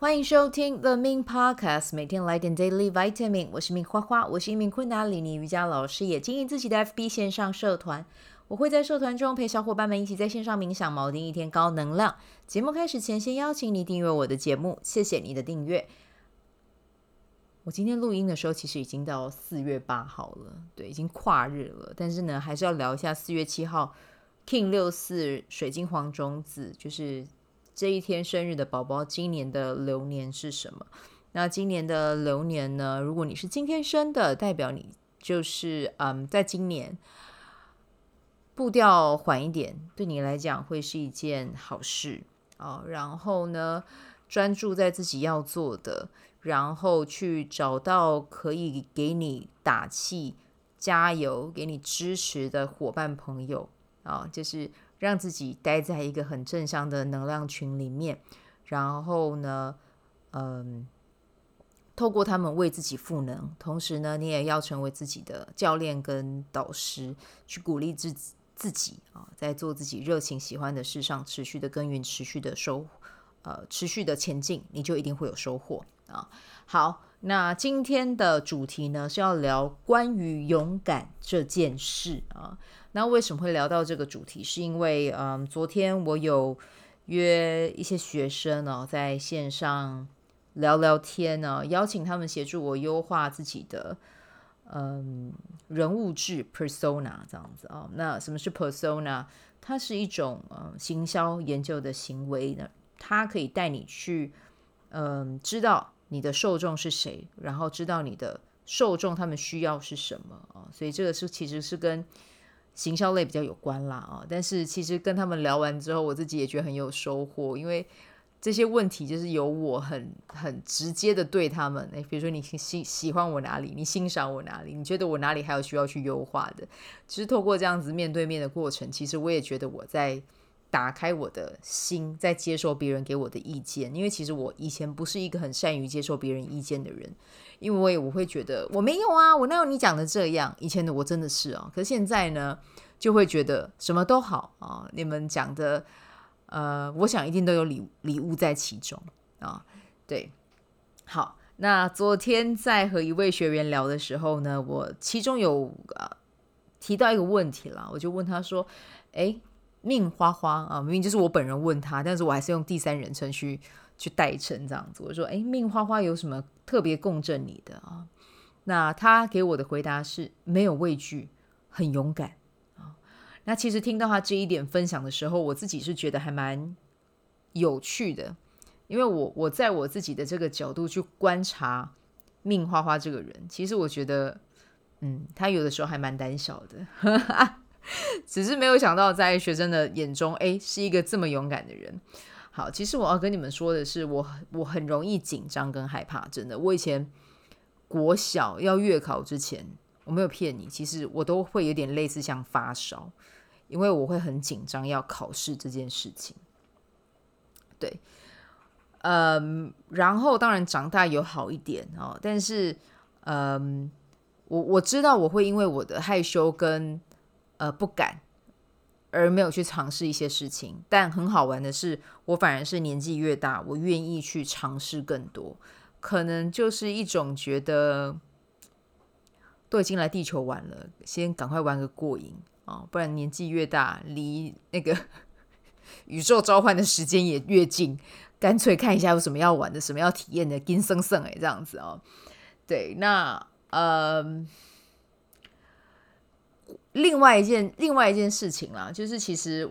欢迎收听 The Min Podcast， 每天来点 Daily Vitamin。我是Min花花，我是一名昆达里尼瑜伽老师，也经营自己的 FB 线上社团。我会在社团中陪小伙伴们一起在线上冥想，锚定一天高能量。节目开始前，先邀请你订阅我的节目，谢谢你的订阅。我今天录音的时候，其实已经到4月8号了，对，已经跨日了。但是呢，还是要聊一下4月7号 King 64水晶黄种子，就是这一天生日的宝宝，今年的流年是什么？那今年的流年呢？如果你是今天生的，代表你就是在今年步调缓一点，对你来讲会是一件好事啊。然后呢，专注在自己要做的，然后去找到可以给你打气、加油、给你支持的伙伴朋友啊，就是让自己待在一个很正向的能量群里面，然后呢，透过他们为自己赋能，同时呢，你也要成为自己的教练跟导师，去鼓励自己啊，在做自己热情喜欢的事上持续的耕耘，持续的前进，你就一定会有收获啊。好，那今天的主题呢是要聊关于勇敢这件事啊。那为什么会聊到这个主题？是因为昨天我有约一些学生哦，在线上聊聊天呢，邀请他们协助我优化自己的人物志 persona 这样子啊。那什么是 persona？ 它是一种行销研究的行为呢，它可以带你去知道你的受众是谁，然后知道你的受众他们需要是什么啊。所以这个其实是跟行销类比较有关啦啊。但是其实跟他们聊完之后，我自己也觉得很有收获，因为这些问题就是由我很直接的对他们，比如说你喜欢我哪里，你欣赏我哪里，你觉得我哪里还有需要去优化的。其实透过这样子面对面的过程，其实我也觉得我在打开我的心，在接受别人给我的意见。因为其实我以前不是一个很善于接受别人意见的人，因为我会觉得我没有啊，我哪有你讲的这样。以前的我真的是啊，可是现在呢，就会觉得什么都好啊，你们讲的我想一定都有礼物在其中啊。对，好，那昨天在和一位学员聊的时候呢，我其中有提到一个问题啦，我就问他说：“哎，命花花啊，明明就是我本人问他，但是我还是用第三人称去代称这样子。我说：哎，命花花有什么特别共振你的啊？那他给我的回答是没有畏惧，很勇敢。那其实听到他这一点分享的时候，我自己是觉得还蛮有趣的，因为我在我自己的这个角度去观察命花花这个人，其实我觉得，他有的时候还蛮胆小的，只是没有想到在学生的眼中，是一个这么勇敢的人。好，其实我要跟你们说的是，我很容易紧张跟害怕，真的。我以前国小要月考之前，我没有骗你，其实我都会有点类似像发烧，因为我会很紧张要考试这件事情。对，然后当然长大有好一点哦，但是我知道我会因为我的害羞跟不敢而没有去尝试一些事情，但很好玩的是，我反而是年纪越大，我愿意去尝试更多，可能就是一种觉得都已经来地球玩了，先赶快玩个过瘾啊，不然年纪越大，离那个宇宙召唤的时间也越近，干脆看一下有什么要玩的，什么要体验的，金生生这样子哦。对，那另外一件事情啦，就是其实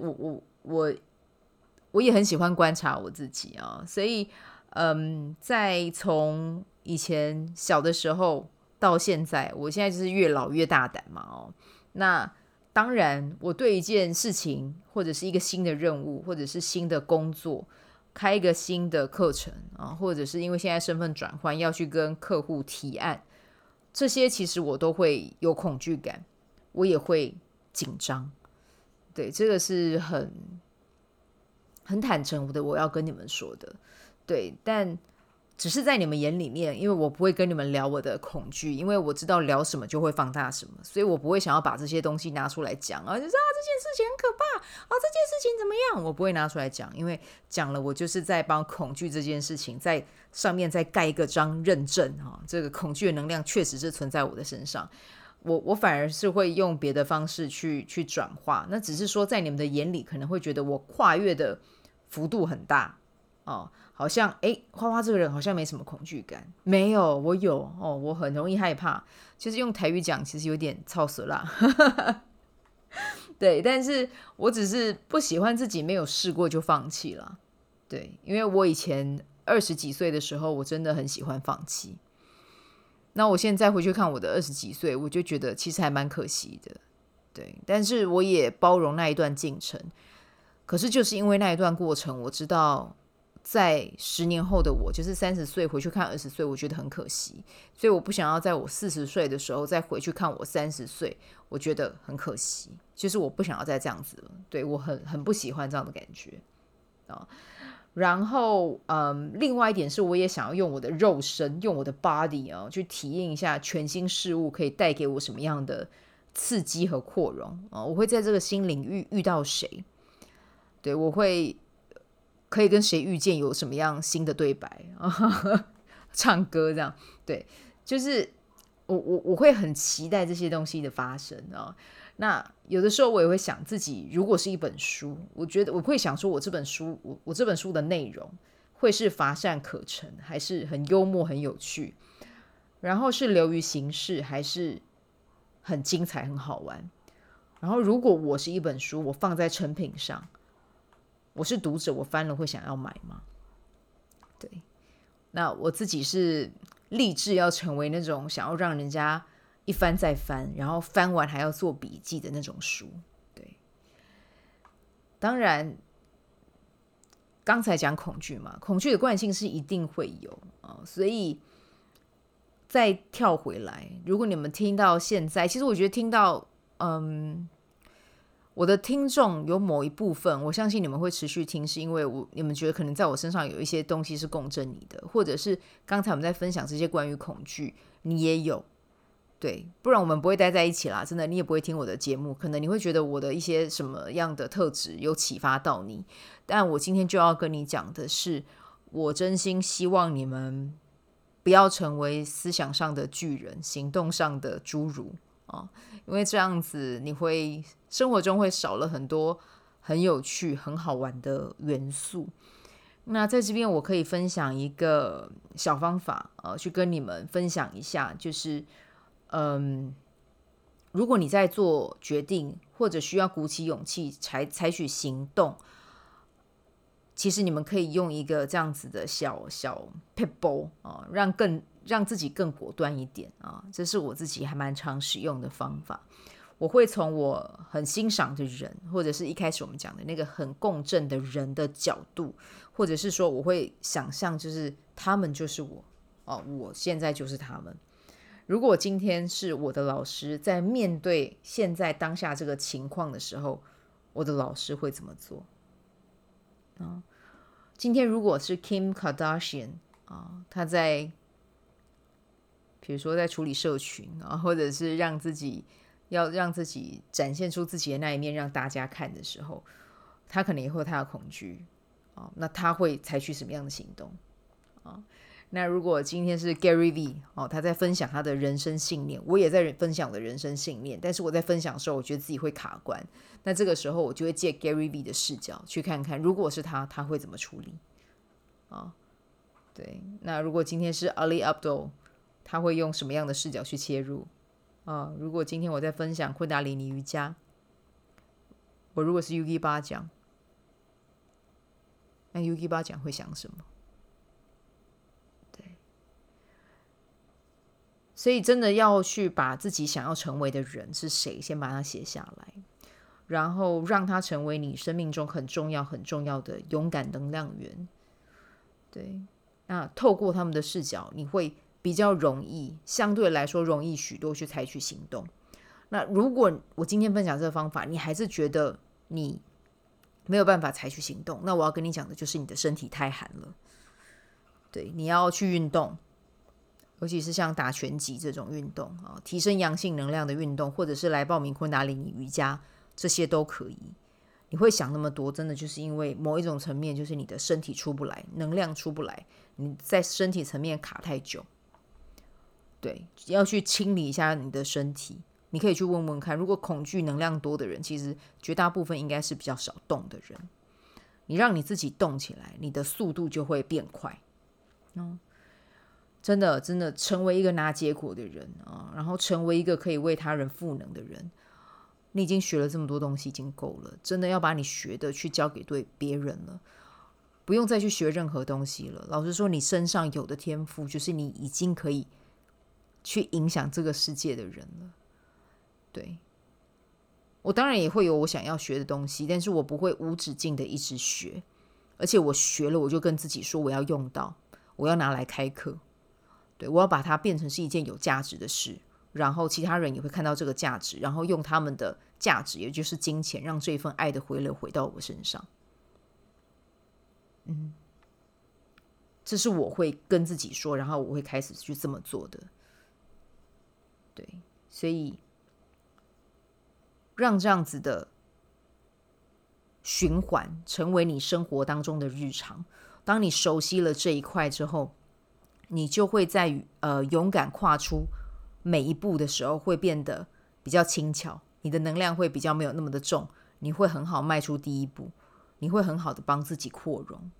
我也很喜欢观察我自己啊，所以在从以前小的时候到现在，我现在就是越老越大胆嘛哦。那当然，我对一件事情或者是一个新的任务，或者是新的工作，开一个新的课程啊，或者是因为现在身份转换要去跟客户提案，这些其实我都会有恐惧感，我也会紧张。对，这个是很坦诚的，我要跟你们说的。对，但只是在你们眼里面，因为我不会跟你们聊我的恐惧，因为我知道聊什么就会放大什么，所以我不会想要把这些东西拿出来讲啊，就是这件事情很可怕啊，这件事情怎么样，我不会拿出来讲，因为讲了我就是在帮恐惧这件事情在上面再盖一个章认证啊，这个恐惧的能量确实是存在我的身上。我反而是会用别的方式去转化，那只是说在你们的眼里可能会觉得我跨越的幅度很大哦，好像花花这个人好像没什么恐惧感，没有，我有哦，我很容易害怕，就是用台语讲其实有点操死啦对，但是我只是不喜欢自己没有试过就放弃了，对，因为我以前20几岁的时候我真的很喜欢放弃，那我现在回去看我的20几岁，我就觉得其实还蛮可惜的，对，但是我也包容那一段进程，可是就是因为那一段过程，我知道在10年后的我，就是30岁回去看20岁，我觉得很可惜，所以我不想要在我40岁的时候再回去看我30岁，我觉得很可惜，就是我不想要再这样子了，对，我很不喜欢这样的感觉啊。然后另外一点是我也想要用我的肉身，用我的 body 啊，去体验一下全新事物可以带给我什么样的刺激和扩容啊。我会在这个新领域遇到谁，对，我会可以跟谁遇见，有什么样新的对白啊，唱歌这样，对，就是我会很期待这些东西的发生啊。那有的时候我也会想自己，如果是一本书，我觉得我会想说，我这本书的内容会是乏善可陈，还是很幽默很有趣，然后是流于形式，还是很精彩很好玩。然后如果我是一本书，我放在成品上，我是读者，我翻了会想要买吗？对，那我自己是立志要成为那种想要让人家一翻再翻，然后翻完还要做笔记的那种书。对，当然刚才讲恐惧嘛，恐惧的惯性是一定会有所以再跳回来，如果你们听到现在，其实我觉得听到我的听众有某一部分，我相信你们会持续听，是因为你们觉得可能在我身上有一些东西是共振你的，或者是刚才我们在分享这些关于恐惧，你也有，对，不然我们不会待在一起啦，真的，你也不会听我的节目，可能你会觉得我的一些什么样的特质有启发到你，但我今天就要跟你讲的是，我真心希望你们不要成为思想上的巨人，行动上的侏儒因为这样子你会生活中会少了很多很有趣很好玩的元素。那在这边我可以分享一个小方法去跟你们分享一下，就是如果你在做决定或者需要鼓起勇气采取行动，其实你们可以用一个这样子的小 pitbull 让自己更果断一点这是我自己还蛮常使用的方法。我会从我很欣赏的人，或者是一开始我们讲的那个很共振的人的角度，或者是说我会想象就是他们就是我我现在就是他们。如果今天是我的老师在面对现在当下这个情况的时候，我的老师会怎么做今天如果是 Kim Kardashian他在比如说在处理社群或者是让自己展现出自己的那一面让大家看的时候，他可能也会有他的恐惧那他会采取什么样的行动那如果今天是 Gary V 他在分享他的人生信念，我也在分享我的人生信念，但是我在分享的时候我觉得自己会卡关，那这个时候我就会借 Gary V 的视角去看看，如果是他会怎么处理对，那如果今天是 Ali Abdaal， 他会用什么样的视角去切入如果今天我在分享昆达里尼瑜伽，我如果是 Yogi 巴讲，那 Yogi 巴讲会想什么？对，所以真的要去把自己想要成为的人是谁先把它写下来，然后让他成为你生命中很重要很重要的勇敢能量源。对，那透过他们的视角，你会比较容易，相对来说容易许多去采取行动。那如果我今天分享这个方法，你还是觉得你没有办法采取行动，那我要跟你讲的就是你的身体太寒了。 对，你要去运动，尤其是像打拳击这种运动啊，提升阳性能量的运动，或者是来报名昆达里尼瑜伽，这些都可以。你会想那么多，真的就是因为某一种层面，就是你的身体出不来，能量出不来，你在身体层面卡太久。对，要去清理一下你的身体。你可以去问问看，如果恐惧能量多的人，其实绝大部分应该是比较少动的人。你让你自己动起来，你的速度就会变快。真的成为一个拿结果的人啊，然后成为一个可以为他人赋能的人。你已经学了这么多东西，已经够了。真的要把你学的去交给对别人了，不用再去学任何东西了。老实说，你身上有的天赋，就是你已经可以去影响这个世界的人了。对，我当然也会有我想要学的东西，但是我不会无止境的一直学，而且我学了，我就跟自己说我要用到，我要拿来开课。对，我要把它变成是一件有价值的事，然后其他人也会看到这个价值，然后用他们的价值，也就是金钱，让这份爱的回流回到我身上。这是我会跟自己说，然后我会开始去这么做的。对，所以让这样子的循环成为你生活当中的日常。当你熟悉了这一块之后，你就会在勇敢跨出每一步的时候，会变得比较轻巧，你的能量会比较没有那么的重，你会很好迈出第一步，你会很好的帮自己扩容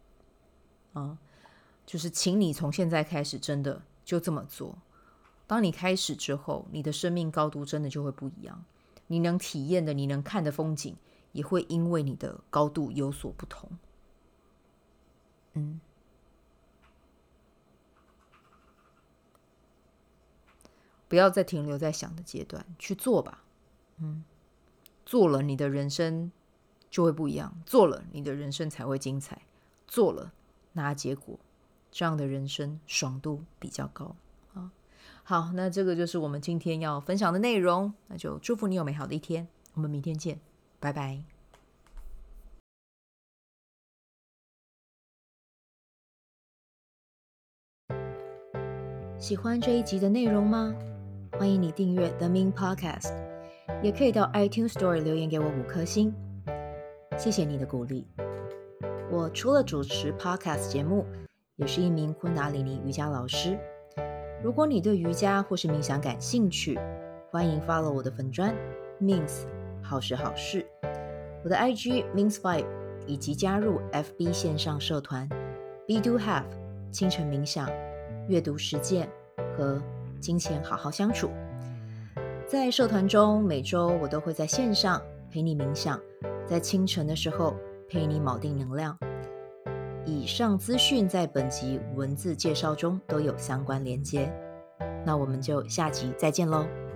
就是请你从现在开始真的就这么做。当你开始之后，你的生命高度真的就会不一样，你能体验的，你能看的风景也会因为你的高度有所不同。不要再停留在想的阶段，去做吧。做了你的人生就会不一样，做了你的人生才会精彩，做了拿结果，这样的人生爽度比较高。好，那这个就是我们今天要分享的内容，那就祝福你有美好的一天，我们明天见，拜拜。喜欢这一集的内容吗？欢迎你订阅 The Min Podcast， 也可以到 iTunes Store 留言给我5颗星，谢谢你的鼓励。我除了主持 Podcast 节目，也是一名昆达里尼瑜伽老师。如果你对瑜伽或是冥想感兴趣，欢迎 follow 我的粉专 Mins 好时好事，我的 IG Mins Vibe， 以及加入 FB 线上社团 Be Do Have 清晨冥想、阅读实践和金钱好好相处。在社团中，每周我都会在线上陪你冥想，在清晨的时候陪你铆定能量。以上资讯在本集文字介绍中都有相关连接。那我们就下集再见喽。